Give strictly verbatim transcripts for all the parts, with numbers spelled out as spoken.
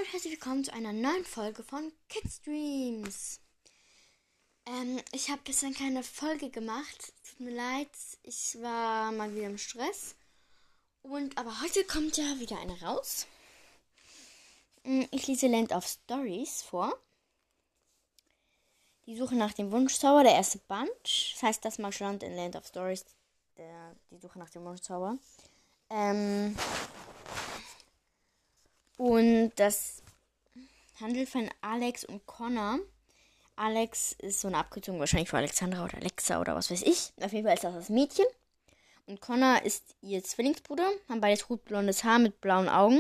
und herzlich willkommen zu einer neuen Folge von Kids Dreams. Ähm, ich habe gestern keine Folge gemacht. Tut mir leid, ich war mal wieder im Stress. Und aber heute kommt ja wieder eine raus. Ich lese Land of Stories vor. Die Suche nach dem Wunschzauber, der erste Band. Das heißt, das mal stand in Land of Stories, der, die Suche nach dem Wunschzauber. Ähm, und das handelt von Alex und Connor. Alex ist so eine Abkürzung wahrscheinlich für Alexandra oder Alexa oder was weiß ich. Auf jeden Fall ist das das Mädchen. Und Connor ist ihr Zwillingsbruder. Haben beides rotblondes Haar mit blauen Augen.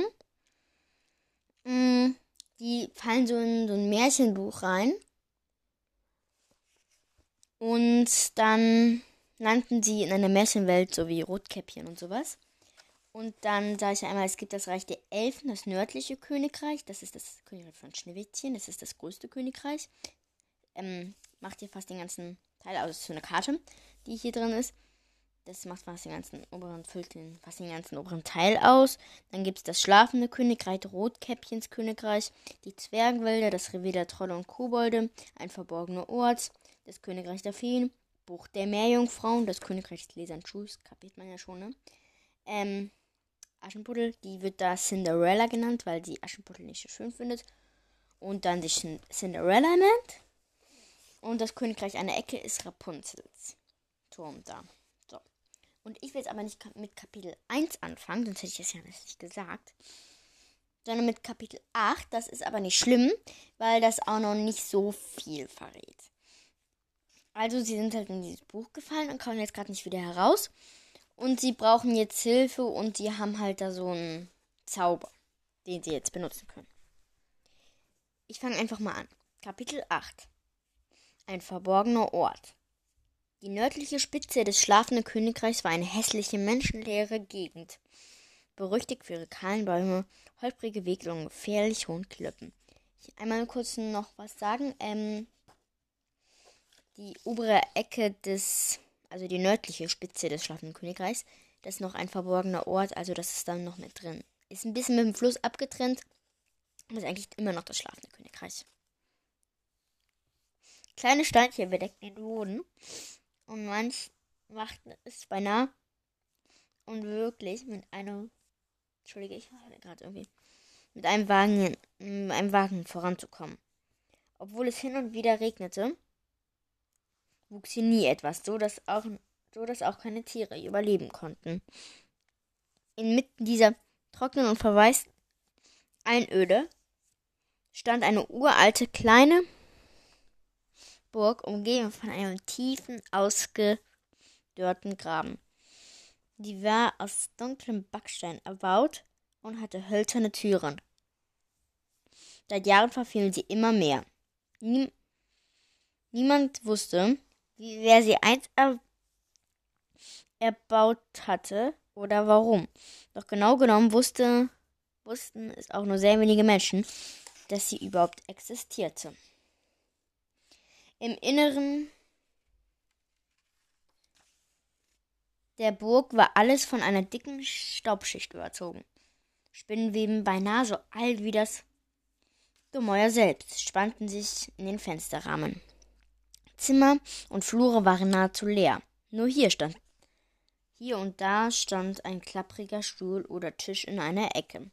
Die fallen so in so ein Märchenbuch rein. Und dann landen sie in einer Märchenwelt, so wie Rotkäppchen und sowas. Und dann sage ich einmal, es gibt das Reich der Elfen, das nördliche Königreich. Das ist das Königreich von Schneewittchen. Das ist das größte Königreich. Ähm, macht hier fast den ganzen Teil aus. Das ist so eine Karte, die hier drin ist. Das macht fast den ganzen oberen, füllt den, fast den ganzen oberen Teil aus. Dann gibt es das schlafende Königreich, Rotkäppchens Königreich, die Zwergenwälder, das Revier der Trolle und Kobolde, ein verborgener Ort, das Königreich der Feen, Buch der Meerjungfrauen, das Königreich des Gläsernen Schuhs, kapiert man ja schon, ne? Ähm, Aschenputtel, die wird da Cinderella genannt, weil sie Aschenputtel nicht so schön findet. Und dann sich Cinderella nennt. Und das Königreich an der Ecke ist Rapunzels Turm da. So. Und ich will jetzt aber nicht mit Kapitel eins anfangen, sonst hätte ich das ja nicht gesagt. Sondern mit Kapitel acht. Das ist aber nicht schlimm, weil das auch noch nicht so viel verrät. Also sie sind halt in dieses Buch gefallen und kommen jetzt gerade nicht wieder heraus. Und sie brauchen jetzt Hilfe und die haben halt da so einen Zauber, den sie jetzt benutzen können. Ich fange einfach mal an. Kapitel acht. Ein verborgener Ort. Die nördliche Spitze des schlafenden Königreichs war eine hässliche, menschenleere Gegend. Berüchtigt für ihre kahlen Bäume, holprige Wege und gefährlich hohen Klippen. Ich einmal kurz noch was sagen. Ähm, die obere Ecke des, also die nördliche Spitze des schlafenden Königreichs, das ist noch ein verborgener Ort, also das ist dann noch mit drin. Ist ein bisschen mit dem Fluss abgetrennt, aber ist eigentlich immer noch das schlafende Königreich. Kleine Steinchen bedeckten den Boden und manch machten es beinahe unmöglich mit einem, entschuldige, ich hatte gerade irgendwie, mit einem Wagen, mit einem Wagen voranzukommen. Obwohl es hin und wieder regnete, wuchs hier nie etwas, so dass auch, so dass auch keine Tiere überleben konnten. Inmitten dieser trockenen und verwaisten Einöde stand eine uralte kleine Burg, umgeben von einem tiefen, ausgedörrten Graben. Die war aus dunklem Backstein erbaut und hatte hölzerne Türen. Seit Jahren verfielen sie immer mehr. Nie, niemand wusste, wie, wer sie einst er, erbaut hatte oder warum. Doch genau genommen wusste, wussten es auch nur sehr wenige Menschen, dass sie überhaupt existierte. Im Inneren der Burg war alles von einer dicken Staubschicht überzogen. Spinnenweben, beinahe so alt wie das Gemäuer selbst, spannten sich in den Fensterrahmen. Zimmer und Flure waren nahezu leer. Nur hier stand, hier und da stand ein klappriger Stuhl oder Tisch in einer Ecke.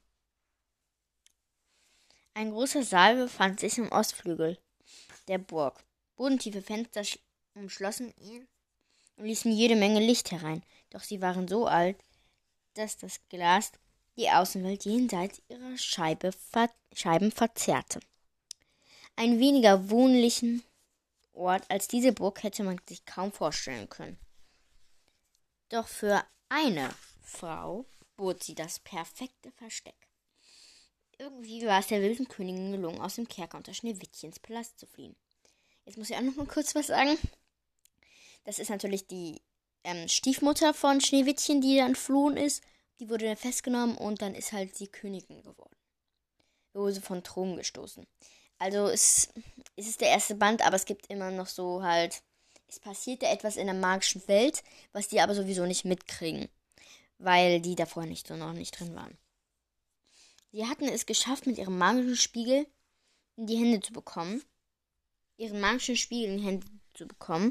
Ein großer Saal befand sich im Ostflügel der Burg. Bodentiefe Fenster umschlossen ihn und ließen jede Menge Licht herein, doch sie waren so alt, dass das Glas die Außenwelt jenseits ihrer Scheibe ver- Scheiben verzerrte. Einen weniger wohnlichen Ort als diese Burg hätte man sich kaum vorstellen können. Doch für eine Frau bot sie das perfekte Versteck. Irgendwie war es der wilden Königin gelungen, aus dem Kerker unter Schneewittchens Palast zu fliehen. Jetzt muss ich auch noch mal kurz was sagen. Das ist natürlich die ähm, Stiefmutter von Schneewittchen, die da entflohen ist. Die wurde dann festgenommen und dann ist halt sie Königin geworden. Wurde von Thron gestoßen. Also es, es ist der erste Band, aber es gibt immer noch so halt, es passierte etwas in der magischen Welt, was die aber sowieso nicht mitkriegen, weil die davor nicht so noch nicht drin waren. Sie hatten es geschafft, mit ihrem magischen Spiegel in die Hände zu bekommen, ihren magischen Spiegel in die Hände zu bekommen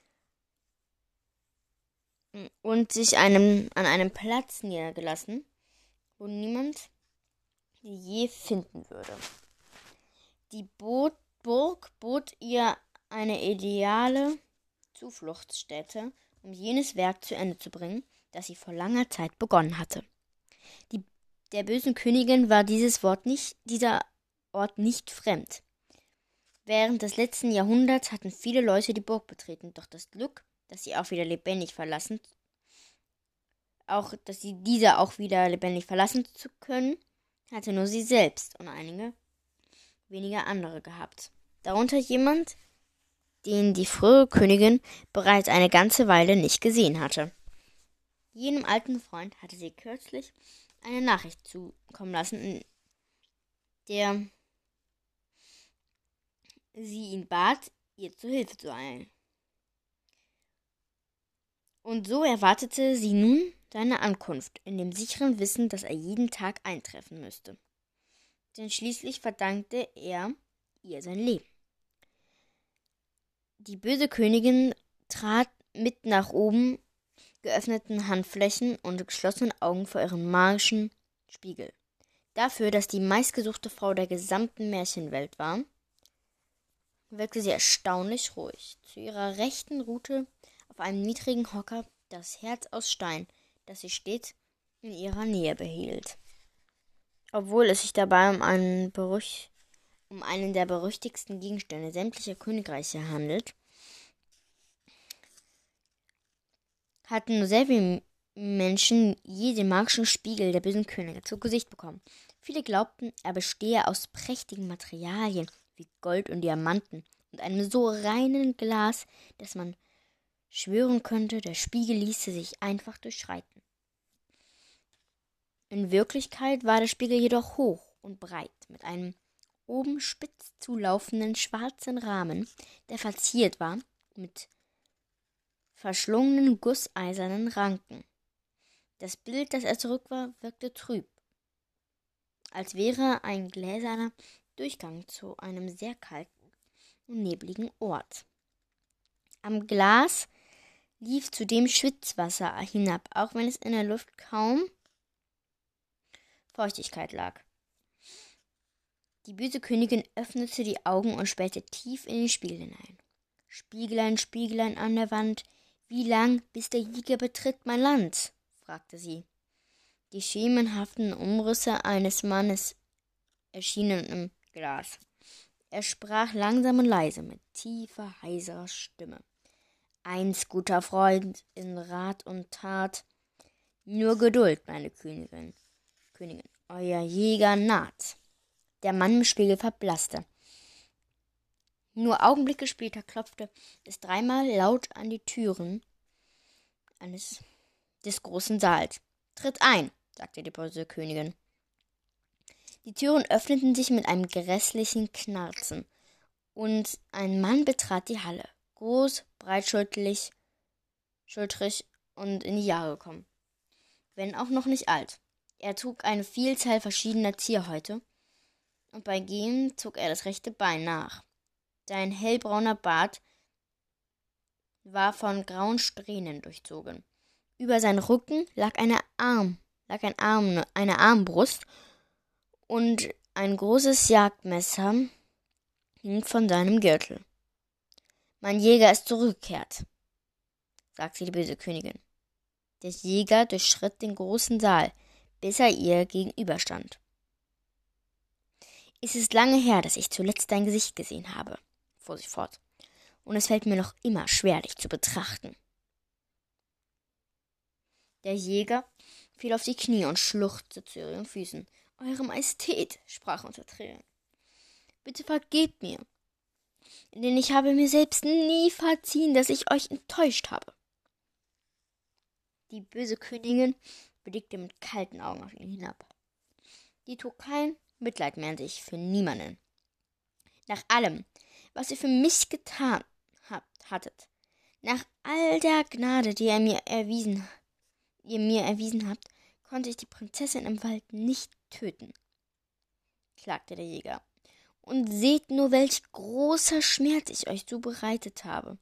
und sich einem, an einem Platz niedergelassen, wo niemand sie je finden würde. Die Bo- Burg bot ihr eine ideale Zufluchtsstätte, um jenes Werk zu Ende zu bringen, das sie vor langer Zeit begonnen hatte. Die, der bösen Königin war dieses Wort nicht, dieser Ort nicht fremd. Während des letzten Jahrhunderts hatten viele Leute die Burg betreten, doch das Glück, dass sie auch wieder lebendig verlassen, auch, dass sie diese auch wieder lebendig verlassen zu können, hatte nur sie selbst und einige wenige andere gehabt. Darunter jemand, den die frühere Königin bereits eine ganze Weile nicht gesehen hatte. Jenem alten Freund hatte sie kürzlich eine Nachricht zukommen lassen, in der sie ihn bat, ihr zu Hilfe zu eilen. Und so erwartete sie nun seine Ankunft, in dem sicheren Wissen, dass er jeden Tag eintreffen müsste. Denn schließlich verdankte er ihr sein Leben. Die böse Königin trat mit nach oben geöffneten Handflächen und geschlossenen Augen vor ihren magischen Spiegel. Dafür, dass die meistgesuchte Frau der gesamten Märchenwelt war, wirkte sie erstaunlich ruhig. Zu ihrer Rechten ruhte auf einem niedrigen Hocker das Herz aus Stein, das sie stets in ihrer Nähe behielt. Obwohl es sich dabei um einen, Berüch, um einen der berüchtigsten Gegenstände sämtlicher Königreiche handelt, hatten nur sehr viele Menschen je den magischen Spiegel der bösen Königin zu Gesicht bekommen. Viele glaubten, er bestehe aus prächtigen Materialien wie Gold und Diamanten und einem so reinen Glas, dass man schwören könnte, der Spiegel ließe sich einfach durchschreiten. In Wirklichkeit war der Spiegel jedoch hoch und breit, mit einem oben spitz zulaufenden schwarzen Rahmen, der verziert war mit verschlungenen gusseisernen Ranken. Das Bild, das er zurückwarf, wirkte trüb, als wäre ein gläserner Durchgang zu einem sehr kalten und nebligen Ort. Am Glas lief zudem Schwitzwasser hinab, auch wenn es in der Luft kaum Feuchtigkeit lag. Die böse Königin öffnete die Augen und spähte tief in den Spiegel hinein. »Spieglein, Spieglein an der Wand, wie lang, bis der Jäger betritt mein Land?« fragte sie. Die schemenhaften Umrisse eines Mannes erschienen im Glas. Er sprach langsam und leise, mit tiefer, heiserer Stimme. »Eins, guter Freund, in Rat und Tat, nur Geduld, meine Königin, Königin, euer Jäger naht.« Der Mann im Spiegel verblasste. Nur Augenblicke später klopfte es dreimal laut an die Türen eines des großen Saals. »Tritt ein«, sagte die böse Königin. Die Türen öffneten sich mit einem grässlichen Knarzen, und ein Mann betrat die Halle, groß, breitschultrig schultrig und in die Jahre gekommen, wenn auch noch nicht alt. Er trug eine Vielzahl verschiedener Zierhäute, und bei Gehen zog er das rechte Bein nach. Sein hellbrauner Bart war von grauen Strähnen durchzogen. Über seinem Rücken lag eine Arm, lag ein Arm, eine Armbrust, und ein großes Jagdmesser hing von seinem Gürtel. »Mein Jäger ist zurückgekehrt«, sagte die böse Königin. Der Jäger durchschritt den großen Saal, bis er ihr gegenüberstand. »Es ist lange her, dass ich zuletzt dein Gesicht gesehen habe«, fuhr sie fort, »und es fällt mir noch immer schwer, dich zu betrachten.« Der Jäger fiel auf die Knie und schluchzte zu ihren Füßen. »Eure Majestät«, sprach er unter Tränen, »bitte vergebt mir, denn ich habe mir selbst nie verziehen, dass ich euch enttäuscht habe.« Die böse Königin blickte mit kalten Augen auf ihn hinab. Die trug kein Mitleid mehr an sich für niemanden. »Nach allem, was ihr für mich getan habt, hattet, nach all der Gnade, die ihr mir erwiesen, ihr mir erwiesen habt, konnte ich die Prinzessin im Wald nicht töten. klagte der Jäger. Und seht nur, welch großer Schmerz ich euch zubereitet habe.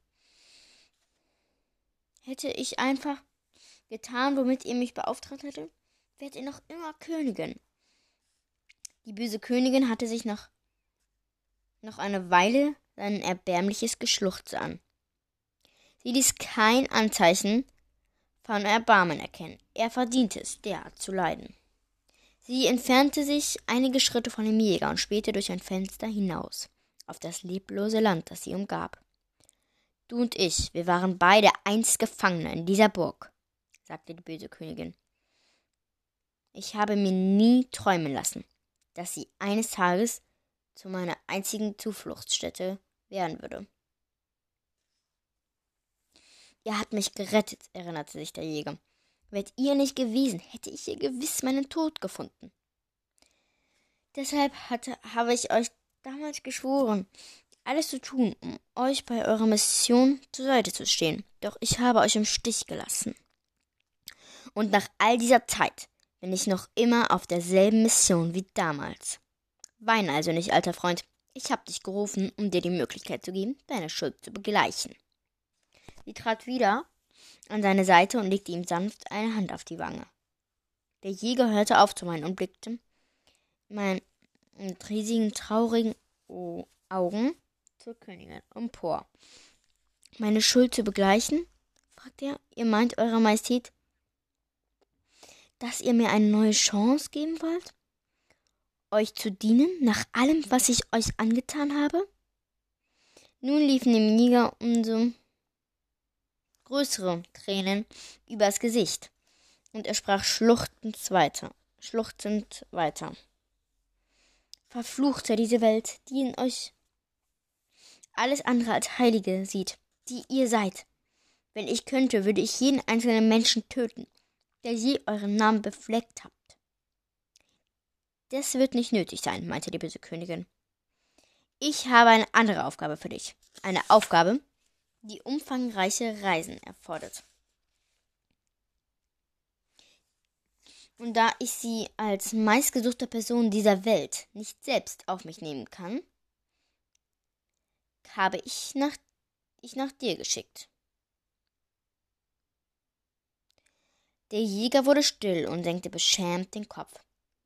Hätte ich einfach getan, womit ihr mich beauftragt hättet, wärt ihr noch immer Königin. Die böse Königin hatte sich noch, noch eine Weile sein erbärmliches Geschluchze an. Sie ließ kein Anzeichen von Erbarmen erkennen. Er verdiente es, derart zu leiden. Sie entfernte sich einige Schritte von dem Jäger und spähte durch ein Fenster hinaus auf das leblose Land, das sie umgab. »Du und ich, wir waren beide einst Gefangene in dieser Burg«, sagte die böse Königin. »Ich habe mir nie träumen lassen, dass sie eines Tages zu meiner einzigen Zufluchtsstätte werden würde.« »Ihr habt mich gerettet«, erinnerte sich der Jäger. »Wärt ihr nicht gewesen, hätte ich hier gewiss meinen Tod gefunden. Deshalb hatte, habe ich euch damals geschworen, alles zu tun, um euch bei eurer Mission zur Seite zu stehen. Doch ich habe euch im Stich gelassen. Und nach all dieser Zeit bin ich noch immer auf derselben Mission wie damals. Weine also nicht, alter Freund. Ich habe dich gerufen, um dir die Möglichkeit zu geben, deine Schuld zu begleichen.« Sie trat wieder an seine Seite und legte ihm sanft eine Hand auf die Wange. Der Jäger hörte auf zu weinen und blickte mit riesigen, traurigen Augen zur Königin empor. »Meine Schuld zu begleichen?« fragte er. »Ihr meint, Eure Majestät, dass ihr mir eine neue Chance geben wollt, euch zu dienen, nach allem, was ich euch angetan habe?« Nun liefen dem Jäger umso größere Tränen übers Gesicht, und er sprach schluchzend weiter, schluchzend weiter. »Verflucht sei diese Welt, die in euch alles andere als Heilige sieht, die ihr seid. Wenn ich könnte, würde ich jeden einzelnen Menschen töten, der je euren Namen befleckt habt.« »Das wird nicht nötig sein«, meinte die böse Königin. »Ich habe eine andere Aufgabe für dich. Eine Aufgabe, die umfangreiche Reisen erfordert. Und da ich sie als meistgesuchte Person dieser Welt nicht selbst auf mich nehmen kann, habe ich nach, ich nach dir geschickt.« Der Jäger wurde still und senkte beschämt den Kopf.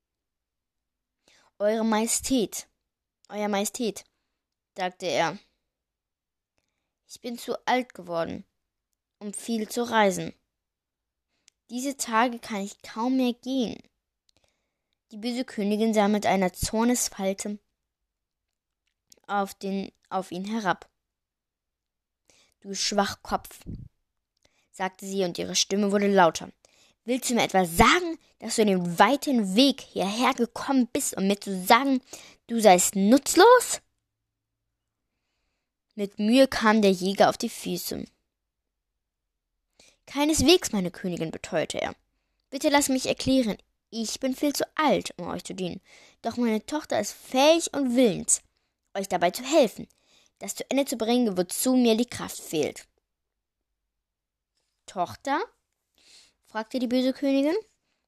»Eure Majestät, Euer Majestät«, sagte er, »ich bin zu alt geworden, um viel zu reisen. Diese Tage kann ich kaum mehr gehen.« Die böse Königin sah mit einer Zornesfalte auf, den, auf ihn herab. »Du Schwachkopf«, sagte sie, und ihre Stimme wurde lauter. »Willst du mir etwa sagen, dass du den weiten Weg hierher gekommen bist, um mir zu sagen, du seist nutzlos?« Mit Mühe kam der Jäger auf die Füße. »Keineswegs, meine Königin«, beteuerte er. »Bitte lass mich erklären. Ich bin viel zu alt, um euch zu dienen. Doch meine Tochter ist fähig und willens, euch dabei zu helfen, das zu Ende zu bringen, wozu mir die Kraft fehlt.« »Tochter?« fragte die böse Königin.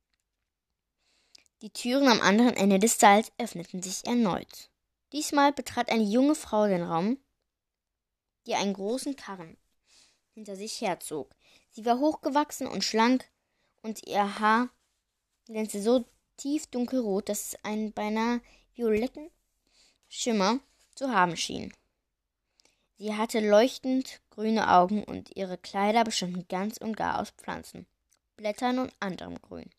Die Türen am anderen Ende des Saals öffneten sich erneut. Diesmal betrat eine junge Frau den Raum, die einen großen Karren hinter sich herzog. Sie war hochgewachsen und schlank, und ihr Haar glänzte so tief dunkelrot, dass es einen beinahe violetten Schimmer zu haben schien. Sie hatte leuchtend grüne Augen, und ihre Kleider bestanden ganz und gar aus Pflanzen, Blättern und anderem Grün.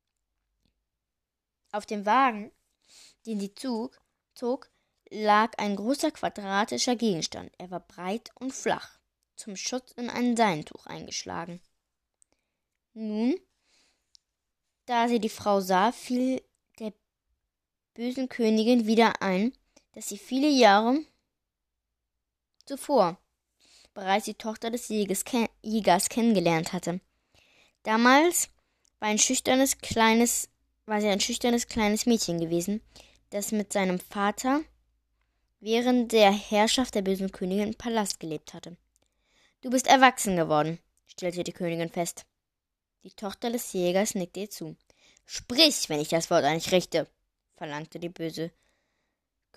Auf dem Wagen, den sie zog, zog, lag ein großer quadratischer Gegenstand. Er war breit und flach, zum Schutz in ein Seidentuch eingeschlagen. Nun, da sie die Frau sah, fiel der bösen Königin wieder ein, dass sie viele Jahre zuvor bereits die Tochter des Jägers, ken- Jägers kennengelernt hatte. Damals war, ein schüchternes, kleines, war sie ein schüchternes kleines Mädchen gewesen, das mit seinem Vater während der Herrschaft der bösen Königin im Palast gelebt hatte. »Du bist erwachsen geworden«, stellte die Königin fest. Die Tochter des Jägers nickte ihr zu. »Sprich, wenn ich das Wort an dich richte«, verlangte die böse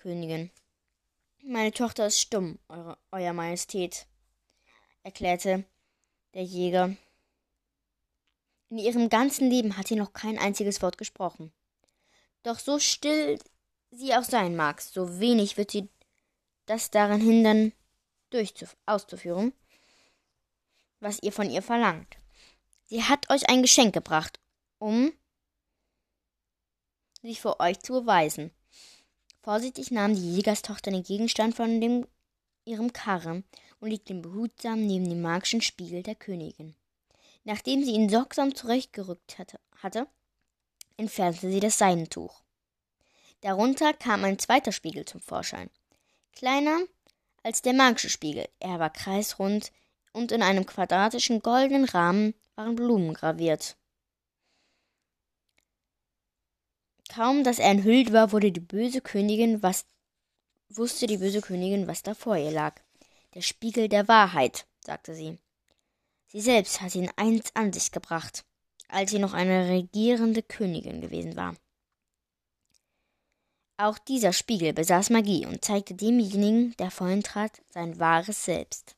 Königin. Meine Tochter ist stumm, eure, Euer Majestät, erklärte der Jäger. In ihrem ganzen Leben hat sie noch kein einziges Wort gesprochen. Doch so still sie auch sein mag, so wenig wird sie das daran hindern, durchzuf- auszuführen, was ihr von ihr verlangt. Sie hat euch ein Geschenk gebracht, um sich vor euch zu beweisen. Vorsichtig nahm die Jägerstochter den Gegenstand von dem, ihrem Karren und legte ihn behutsam neben den magischen Spiegel der Königin. Nachdem sie ihn sorgsam zurechtgerückt hatte, hatte, entfernte sie das Seidentuch. Darunter kam ein zweiter Spiegel zum Vorschein. Kleiner als der magische Spiegel. Er war kreisrund und in einem quadratischen goldenen Rahmen waren Blumen graviert. Kaum, dass er enthüllt war, wurde die böse Königin, was wusste die böse Königin, was da vor ihr lag. Der Spiegel der Wahrheit, sagte sie. Sie selbst hatte ihn einst an sich gebracht, als sie noch eine regierende Königin gewesen war. Auch dieser Spiegel besaß Magie und zeigte demjenigen, der vor ihn trat, sein wahres Selbst.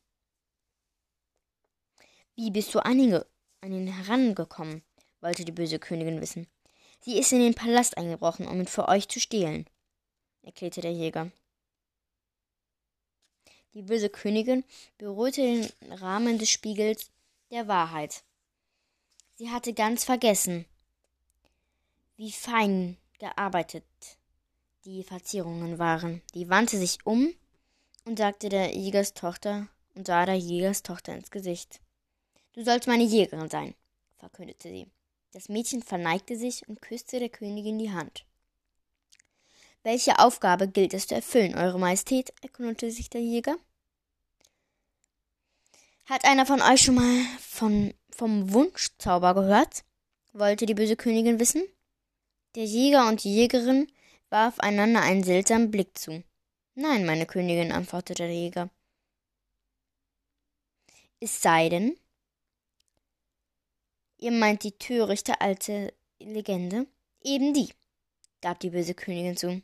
Wie bist du an ihn, ge- an ihn herangekommen, wollte die böse Königin wissen. Sie ist in den Palast eingebrochen, um ihn für euch zu stehlen, erklärte der Jäger. Die böse Königin berührte den Rahmen des Spiegels der Wahrheit. Sie hatte ganz vergessen, wie fein gearbeitet die Verzierungen waren. Die wandte sich um und sagte der Jägerstochter und sah der Jägerstochter ins Gesicht. Du sollst meine Jägerin sein, verkündete sie. Das Mädchen verneigte sich und küsste der Königin die Hand. Welche Aufgabe gilt es zu erfüllen, Eure Majestät? Erkundigte sich der Jäger. Hat einer von euch schon mal von, vom Wunschzauber gehört? Wollte die böse Königin wissen. Der Jäger und die Jägerin warf einander einen seltsamen Blick zu. Nein, meine Königin, antwortete der Jäger. Es sei denn, ihr meint die törichte alte Legende? Eben die, gab die böse Königin zu.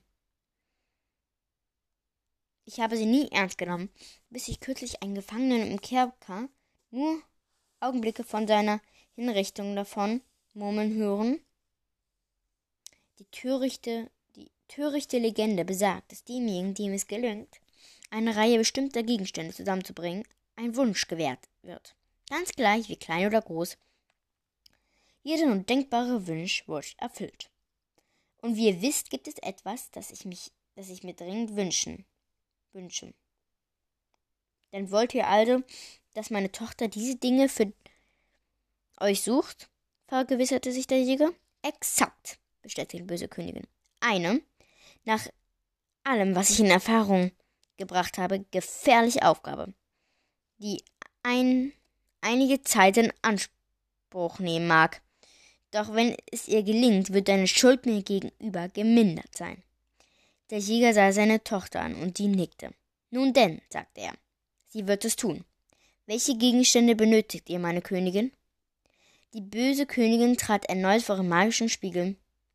Ich habe sie nie ernst genommen, bis ich kürzlich einen Gefangenen im Kerker nur Augenblicke von seiner Hinrichtung davon murmeln hören. Die törichte, die törichte Legende besagt, dass demjenigen, dem es gelingt, eine Reihe bestimmter Gegenstände zusammenzubringen, ein Wunsch gewährt wird. Ganz gleich wie klein oder groß. Jeder nur denkbare Wunsch wird erfüllt. Und wie ihr wisst, gibt es etwas, das ich mich, das ich mir dringend wünschen, wünsche. Dann wollt ihr also, dass meine Tochter diese Dinge für euch sucht? Vergewisserte sich der Jäger. Exakt, bestätigte die böse Königin. Eine, nach allem, was ich in Erfahrung gebracht habe, gefährliche Aufgabe, die ein, einige Zeit in Anspruch nehmen mag. Doch wenn es ihr gelingt, wird deine Schuld mir gegenüber gemindert sein. Der Jäger sah seine Tochter an und die nickte. Nun denn, sagte er, sie wird es tun. Welche Gegenstände benötigt ihr, meine Königin? Die böse Königin trat erneut vor ihren magischen Spiegel,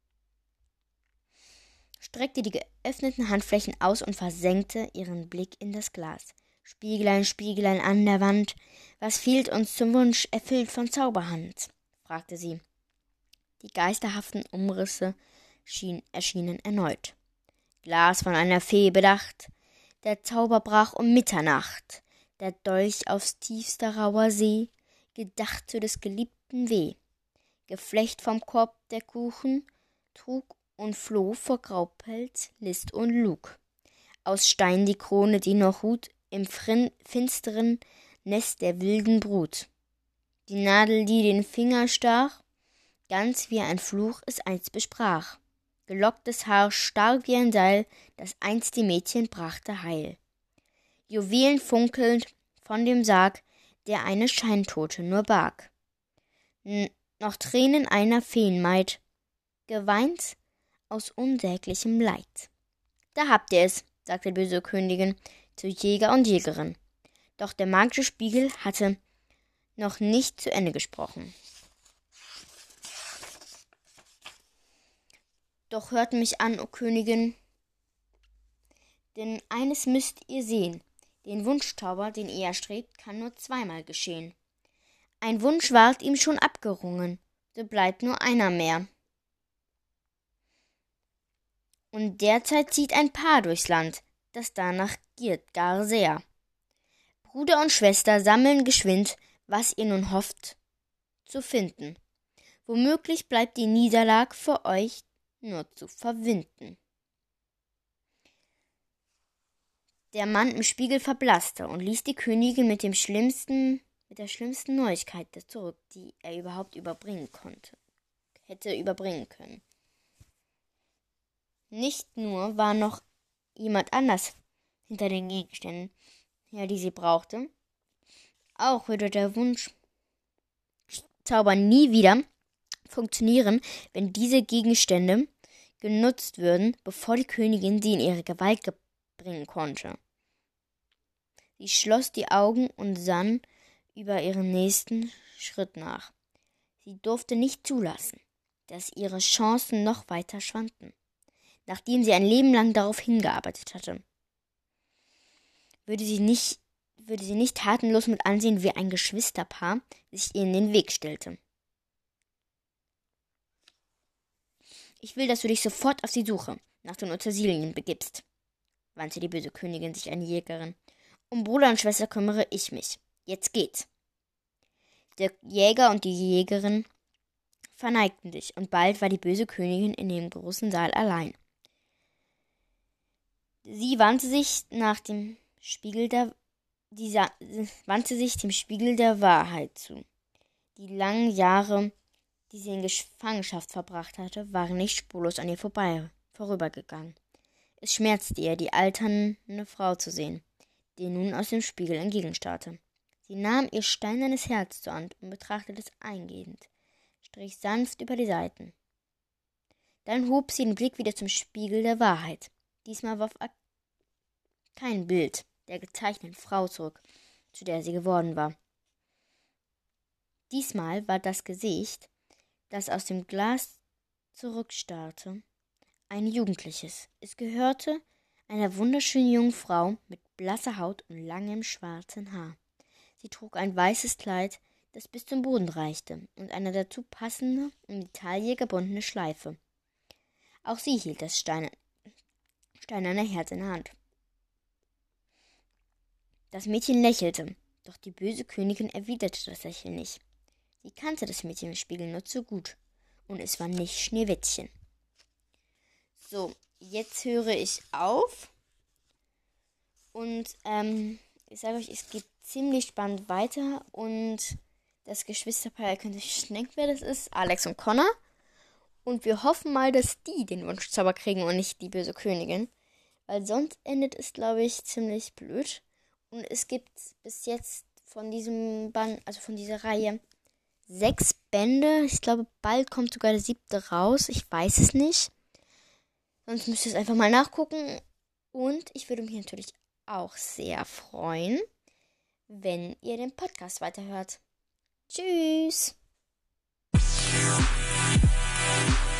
streckte die geöffneten Handflächen aus und versenkte ihren Blick in das Glas. Spieglein, Spieglein an der Wand, was fehlt uns zum Wunsch, erfüllt von Zauberhand? Fragte sie. Die geisterhaften Umrisse schien, erschienen erneut. Glas von einer Fee bedacht, der Zauber brach um Mitternacht, der Dolch aufs tiefste rauer See, gedacht zu des Geliebten weh. Geflecht vom Korb der Kuchen trug und floh vor Graupelz, List und Lug. Aus Stein die Krone, die noch ruht im frin- finsteren Nest der wilden Brut. Die Nadel, die den Finger stach, ganz wie ein Fluch es einst besprach. Gelocktes Haar stark wie ein Seil, das einst die Mädchen brachte heil. Juwelen funkelnd von dem Sarg, der eine Scheintote nur barg. N- noch Tränen einer Feenmaid, geweint aus unsäglichem Leid. Da habt ihr es, sagte die böse Königin zu Jäger und Jägerin. Doch der magische Spiegel hatte noch nicht zu Ende gesprochen. Doch hört mich an, o Königin. Denn eines müsst ihr sehen. Den Wunschzauber, den ihr erstrebt, kann nur zweimal geschehen. Ein Wunsch ward ihm schon abgerungen, so bleibt nur einer mehr. Und derzeit zieht ein Paar durchs Land, das danach giert gar sehr. Bruder und Schwester sammeln geschwind, was ihr nun hofft zu finden. Womöglich bleibt die Niederlag für euch nur zu verwinden. Der Mann im Spiegel verblasste und ließ die Königin mit dem schlimmsten, mit der schlimmsten Neuigkeit zurück, die er überhaupt überbringen konnte, hätte überbringen können. Nicht nur war noch jemand anders hinter den Gegenständen, ja, die sie brauchte, auch würde der Wunschzauber nie wieder funktionieren, wenn diese Gegenstände genutzt würden, bevor die Königin sie in ihre Gewalt bringen konnte. Sie schloss die Augen und sann über ihren nächsten Schritt nach. Sie durfte nicht zulassen, dass ihre Chancen noch weiter schwanden, nachdem sie ein Leben lang darauf hingearbeitet hatte. Würde sie nicht, würde sie nicht tatenlos mit ansehen, wie ein Geschwisterpaar sich ihr in den Weg stellte. Ich will, dass du dich sofort auf die Suche nach den Utensilien begibst, wandte die böse Königin sich an die Jägerin. Um Bruder und Schwester kümmere ich mich. Jetzt geht's. Der Jäger und die Jägerin verneigten sich, und bald war die böse Königin in dem großen Saal allein. Sie wandte sich nach dem Spiegel der, dieser, wandte sich dem Spiegel der Wahrheit zu. Die langen Jahre, die sie in Gefangenschaft verbracht hatte, waren nicht spurlos an ihr vorbei, vorübergegangen. Es schmerzte ihr, die alternde Frau zu sehen, die nun aus dem Spiegel entgegenstarrte. Sie nahm ihr steinernes Herz zur Hand und betrachtete es eingehend, strich sanft über die Seiten. Dann hob sie den Blick wieder zum Spiegel der Wahrheit. Diesmal warf er kein Bild der gezeichneten Frau zurück, zu der sie geworden war. Diesmal war das Gesicht, das aus dem Glas zurückstarrte, ein jugendliches. Es gehörte einer wunderschönen jungen Frau mit blasser Haut und langem schwarzen Haar. Sie trug ein weißes Kleid, das bis zum Boden reichte, und eine dazu passende, um die Taille gebundene Schleife. Auch sie hielt das Steine, steinerne Herz in der Hand. Das Mädchen lächelte, doch die böse Königin erwiderte das Lächeln nicht. Sie kannte das Mädchen im Spiegel nur zu gut, und es war nicht Schneewittchen. So, jetzt höre ich auf. Und ähm, ich sage euch, es geht ziemlich spannend weiter. Und das Geschwisterpaar, ihr könnt euch denken, wer das ist, Alex und Connor. Und wir hoffen mal, dass die den Wunschzauber kriegen und nicht die böse Königin. Weil sonst endet es, glaube ich, ziemlich blöd. Und es gibt bis jetzt von diesem Band, also von dieser Reihe, sechs Bände. Ich glaube, bald kommt sogar der siebte raus. Ich weiß es nicht. Sonst müsst ihr es einfach mal nachgucken. Und ich würde mich natürlich auch sehr freuen, wenn ihr den Podcast weiterhört. Tschüss!